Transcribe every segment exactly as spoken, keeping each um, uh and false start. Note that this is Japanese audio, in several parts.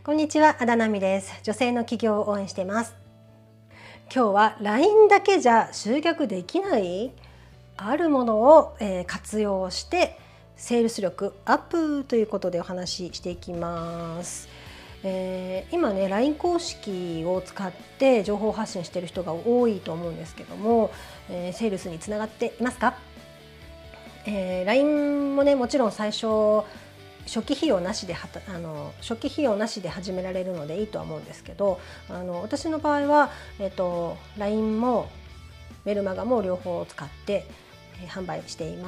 こんにちは、あだなみです。女性の起業を応援しています。今日は ライン だけじゃ集客できないあるものを活用してセールス力アップということでお話ししていきます。えー、今ね ライン 公式を使って情報発信している人が多いと思うんですけども、えー、セールスにつながっていますか？えー、ライン もねもちろん最初初期費用なしではたあの初期費用なしで始められるのでいいとは思うんですけど、あの私の場合は、えっと、ライン もメルマガも両方使って、えー、販売しています。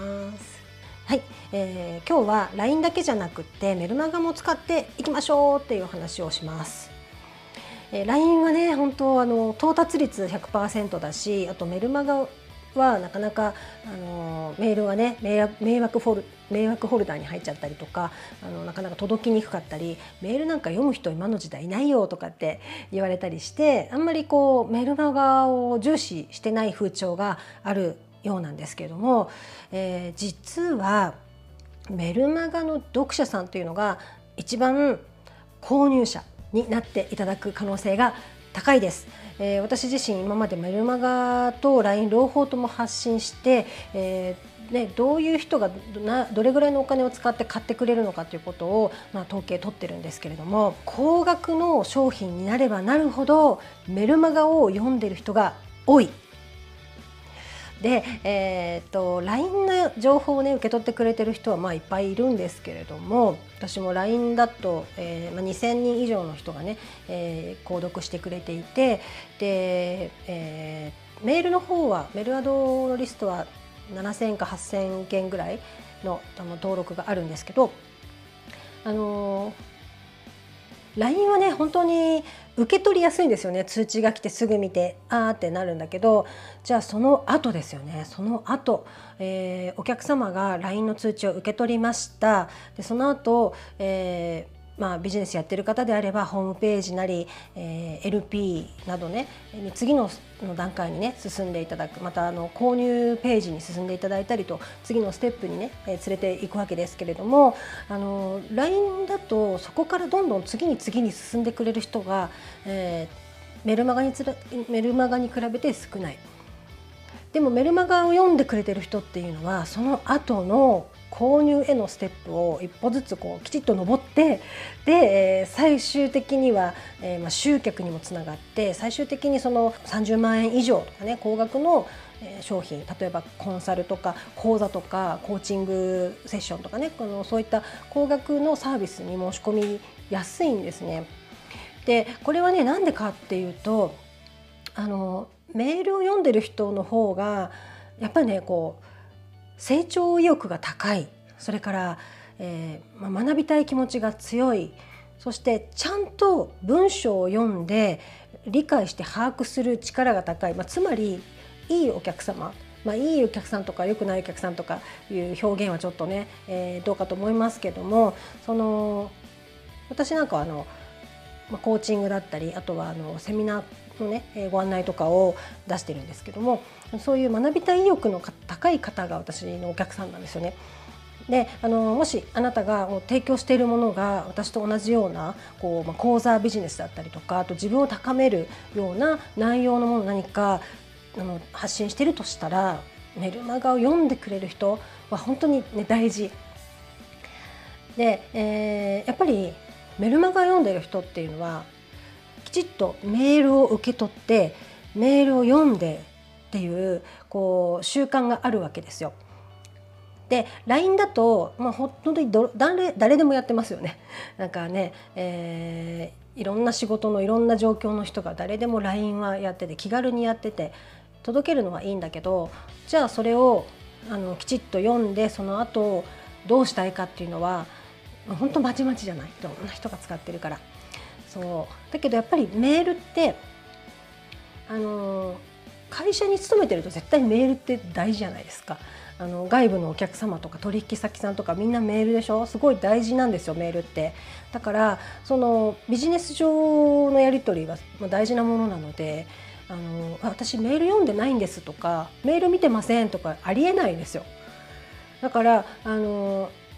はい、えー、今日は ライン だけじゃなくってメルマガも使っていきましょうっていう話をします。えー、ライン はね本当あの到達率 ひゃくパーセント だし、あとメルマガはなかなかあのメールはね迷惑迷惑フォル迷惑フォルダーに入っちゃったりとか、あのなかなか届きにくかったり、メールなんか読む人今の時代いないよとかって言われたりして、あんまりこうメルマガを重視してない風潮があるようなんですけれども、えー、実はメルマガの読者さんというのが一番購入者になっていただく可能性が高いです。えー、私自身今までメルマガと ライン 両方とも発信して、えーね、どういう人がなどれぐらいのお金を使って買ってくれるのかということを、まあ、統計取ってるんですけれども、高額の商品になればなるほどメルマガを読んでる人が多い。で、えー、と ライン の情報をね受け取ってくれてる人はまあいっぱいいるんですけれども、私も ライン だと、えーまあ、にせんにん以上の人がね、えー、購読してくれていて、で、えー、メールの方はメルアドのリストはななせんかはっせんけんぐらい の, あの登録があるんですけど、あのーライン はね本当に受け取りやすいんですよね。通知が来てすぐ見てあーってなるんだけど、じゃあその後ですよね。その後、えー、お客様が ライン の通知を受け取りました。でその後、えーまあ、ビジネスやってる方であればホームページなり、えー、エルピー などね次のの段階にね進んでいただく、またあの購入ページに進んでいただいたりと次のステップにね、えー、連れていくわけですけれども、あの ライン だとそこからどんどん次に次に進んでくれる人が、えー、メルマガにつらメルマガに比べて少ない。でもメルマガを読んでくれてる人っていうのはその後の購入へのステップを一歩ずつこうきちっと登って、で最終的には、えー、まあ集客にもつながって、最終的にそのさんじゅうまんえん以上とかね高額の商品、例えばコンサルとか講座とかコーチングセッションとかね、このそういった高額のサービスに申し込みやすいんですね。でこれはねなんでかっていうと、あのメールを読んでる人の方がやっぱりねこう成長意欲が高い、それから、えーまあ、学びたい気持ちが強い、そしてちゃんと文章を読んで理解して把握する力が高い、まあ、つまりいいお客様、まあ、いいお客さんとか良くないお客さんとかいう表現はちょっとね、えー、どうかと思いますけども、その私なんかはあの、まあ、コーチングだったり、あとはあのセミナーのねご案内とかを出してるんですけども、そういう学びたい意欲の高い方が私のお客さんなんですよね。であのもしあなたがもう提供しているものが私と同じようなこう、まあ、講座ビジネスだったりとか、あと自分を高めるような内容のもの何かあの発信しているとしたら、メルマガを読んでくれる人は本当に、ね、大事で、えー、やっぱりメルマガを読んでる人っていうのはきちっとメールを受け取ってメールを読んでっていうこう習慣があるわけですよ。で ライン だと、まあ、本当にど 誰, 誰でもやってますよね。なんかね、えー、いろんな仕事のいろんな状況の人が誰でも ライン はやってて気軽にやってて届けるのはいいんだけど、じゃあそれをあのきちっと読んでその後どうしたいかっていうのは本当まちまちじゃない、いろんな人が使ってるから。そうだけどやっぱりメールってあの会社に勤めてると絶対メールって大事じゃないですか。あの外部のお客様とか取引先さんとかみんなメールでしょ。すごい大事なんですよメールって。だからそのビジネス上のやり取りは大事なものなので、あの私メール読んでないんですとかメール見てませんとかありえないんですよ。だからあの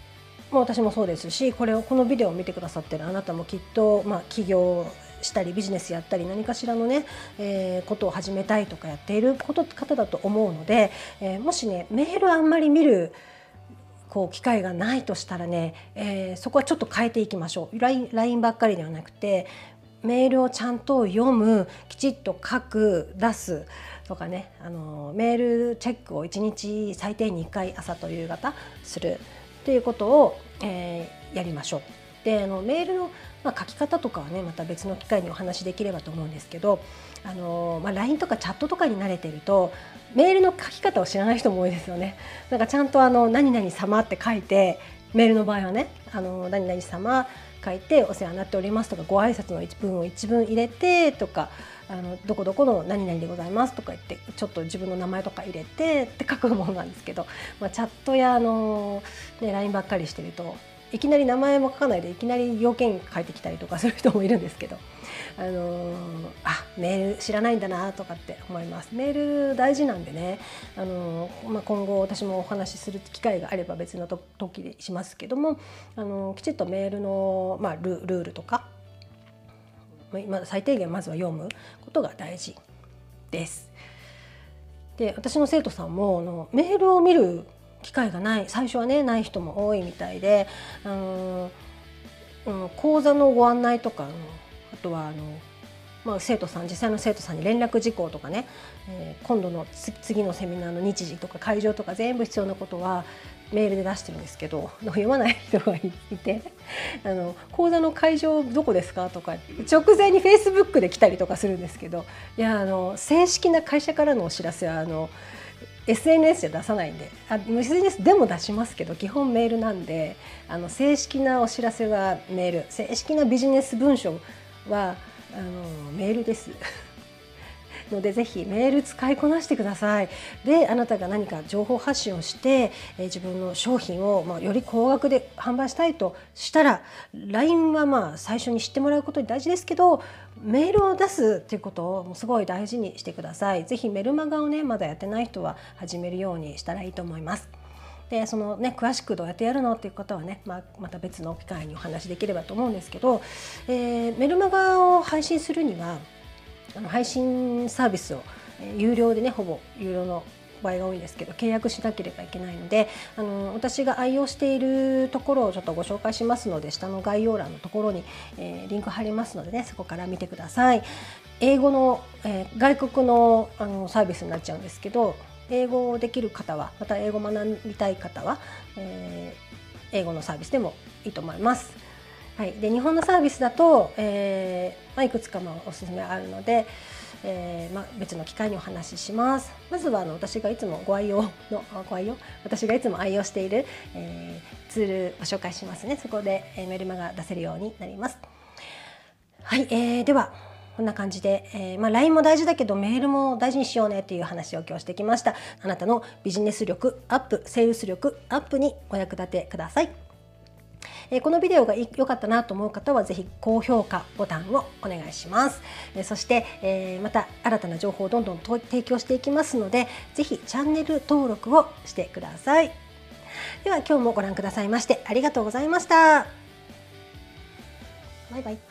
もう私もそうですし、これをこのビデオを見てくださってるあなたもきっと、まあ、起業したりビジネスやったり何かしらのね、えー、ことを始めたいとかやっていること方だと思うので、えー、もしねメールあんまり見るこう機会がないとしたらね、えー、そこはちょっと変えていきましょう。 ライン, ラインばっかりではなくてメールをちゃんと読む、きちっと書く、出すとかね、あのメールチェックをいちにち最低にかい朝と夕方するということを、えー、やりましょう。であのメールの、まあ、書き方とかはねまた別の機会にお話しできればと思うんですけど、あの、まあ、ライン とかチャットとかに慣れているとメールの書き方を知らない人も多いですよね。なんかちゃんとあの何々様って書いて、メールの場合はねあの何々様書いてお世話になっておりますとか、ご挨拶の一文を一文入れてとか、あのどこどこの何々でございますとか言ってちょっと自分の名前とか入れてって書くものなんですけど、まあ、チャットやあの、ね、ライン ばっかりしてるといきなり名前も書かないでいきなり要件書いてきたりとかする人もいるんですけど、あのー、あメール知らないんだなとかって思います。メール大事なんでね、あのーまあ、今後私もお話しする機会があれば別の時でしますけども、あのー、きちっとメールの、まあ、ル, ルールとか、まあ、最低限まずは読むことが大事です。で私の生徒さんもあのメールを見る機会がない、最初はねない人も多いみたいで、あの、うん、講座のご案内とか、あとはあの、まあ、生徒さん実際の生徒さんに連絡事項とかね、えー、今度の次のセミナーの日時とか会場とか全部必要なことはメールで出してるんですけど、読まない人がいてあの講座の会場どこですかとか直前にフェイスブックで来たりとかするんですけど、いやあの正式な会社からのお知らせはあのエスエヌエス で出さないんで、あ エスエヌエス でも出しますけど基本メールなんで、あの正式なお知らせはメール、正式なビジネス文書はあのメールですのでぜひメール使いこなしてください。であなたが何か情報発信をして、えー、自分の商品を、まあ、より高額で販売したいとしたら ライン はまあ最初に知ってもらうことに大事ですけど、メールを出すということをすごい大事にしてください。ぜひメルマガをねまだやってない人は始めるようにしたらいいと思います。でそのね詳しくどうやってやるのっていう方はね、まあ、また別の機会にお話できればと思うんですけど、えー、メルマガを配信するにはあの配信サービスを、えー、有料でねほぼ有料の場合が多いんですけど契約しなければいけないので、あの私が愛用しているところをちょっとご紹介しますので下の概要欄のところに、えー、リンク貼りますのでねそこから見てください。英語の、えー、外国の、あのサービスになっちゃうんですけど、英語できる方はまた英語学びたい方は、えー、英語のサービスでもいいと思います。はい、で日本のサービスだと、えーまあ、いくつかもおすすめあるので、えーまあ、別の機会にお話しします。まずはあの私がいつもご愛用のご愛用私がいつも愛用している、えー、ツールを紹介しますね。そこで、えー、メルマガ出せるようになります。はい、えー、ではこんな感じで、えーまあ、ライン も大事だけどメールも大事にしようねっていう話を今日してきました。あなたのビジネス力アップ、セールス力アップにお役立てください。このビデオが良かったなと思う方はぜひ高評価ボタンをお願いします。そしてまた新たな情報をどんどん提供していきますのでぜひチャンネル登録をしてください。では今日もご覧くださいましてありがとうございました。バイバイ。